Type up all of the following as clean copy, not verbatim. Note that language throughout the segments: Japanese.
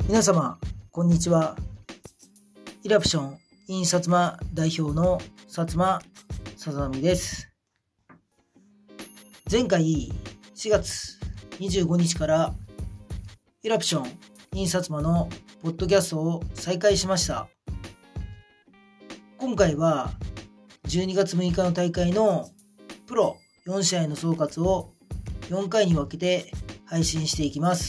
皆様こんにちは。イラプション in 薩摩代表の薩摩さざみです。前回4月25日からイラプション in 薩摩のポッドキャストを再開しました。今回は12月6日の大会のプロ4試合の総括を4回に分けて配信していきます。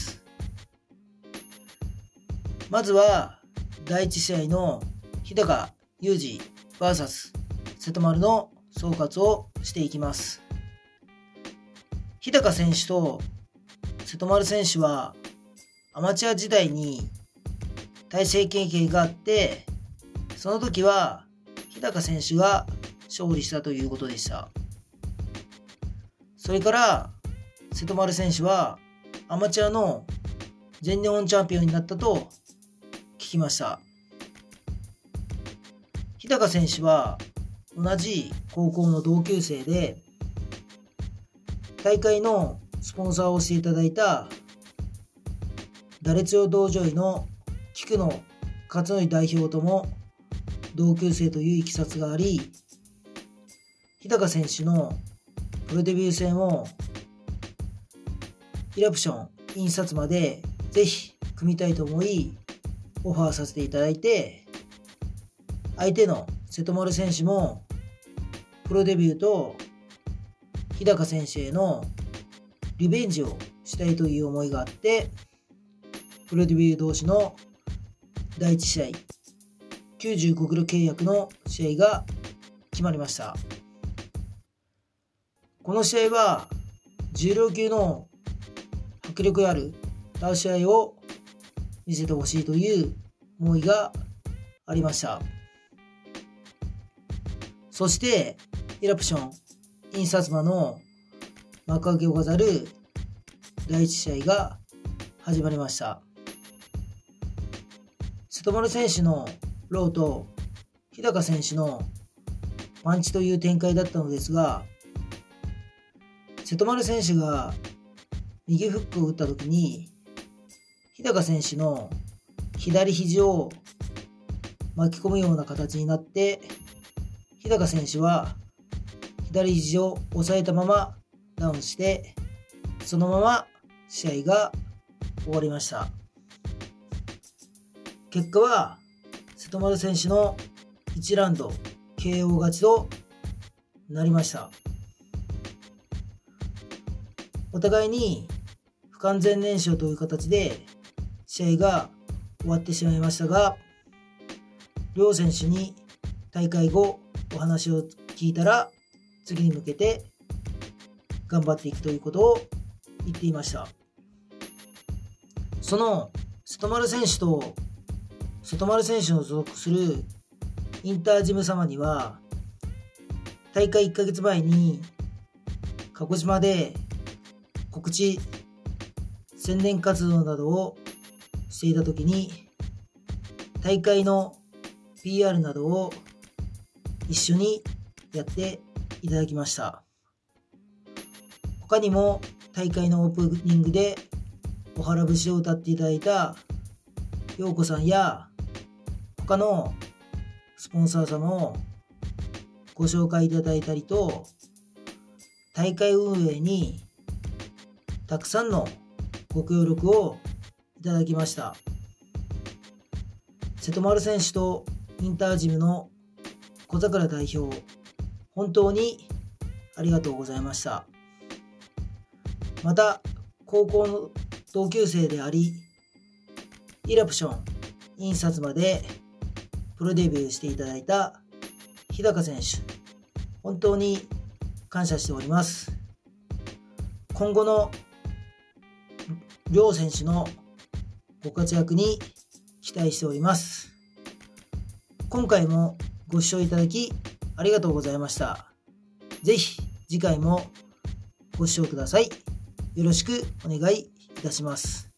まずは第1試合の日高裕二 vs 瀬戸丸の総括をしていきます。日高選手と瀬戸丸選手はアマチュア時代に対戦経験があって、その時は日高選手が勝利したということでした。それから瀬戸丸選手はアマチュアの全日本チャンピオンになったと聞きました。日高選手は同じ高校の同級生で、大会のスポンサーをしていただいた打列用道場医の菊野勝則代表とも同級生といういきさつがあり、日高選手のプロデビュー戦をイラプション in 薩摩でぜひ組みたいと思いオファーさせていただいて、相手の瀬戸丸選手もプロデビューと日高選手へのリベンジをしたいという思いがあって、プロデビュー同士の第1試合95キロ契約の試合が決まりました。この試合は重量級の迫力ある倒し合いを見せてほしいという思いがありました。そしてイラプション in 薩摩の幕開けを飾る第1試合が始まりました。瀬戸丸選手のローと日高選手のパンチという展開だったのですが、瀬戸丸選手が右フックを打った時に日高選手の左肘を巻き込むような形になって、日高選手は左肘を押さえたままダウンして、そのまま試合が終わりました。結果は瀬戸丸選手の1ラウンド KO 勝ちとなりました。お互いに不完全燃焼という形で試合が終わってしまいましたが、両選手に大会後お話を聞いたら次に向けて頑張っていくということを言っていました。その瀬戸丸選手と瀬戸丸選手の所属するインタージム様には、大会1ヶ月前に鹿児島で告知宣伝活動などをしていた時に、大会の PR などを一緒にやっていただきました。他にも大会のオープニングでおはら節を歌っていただいた陽子さんや他のスポンサー様をご紹介いただいたりと、大会運営にたくさんのご協力をいただきました。瀬戸丸選手とインタージムの小桜代表、本当にありがとうございました。また高校の同級生であり、イラプション in 薩摩でプロデビューしていただいた日高選手、本当に感謝しております。今後の両選手のご活躍に期待しております。今回もご視聴いただきありがとうございました。ぜひ次回もご視聴ください。よろしくお願いいたします。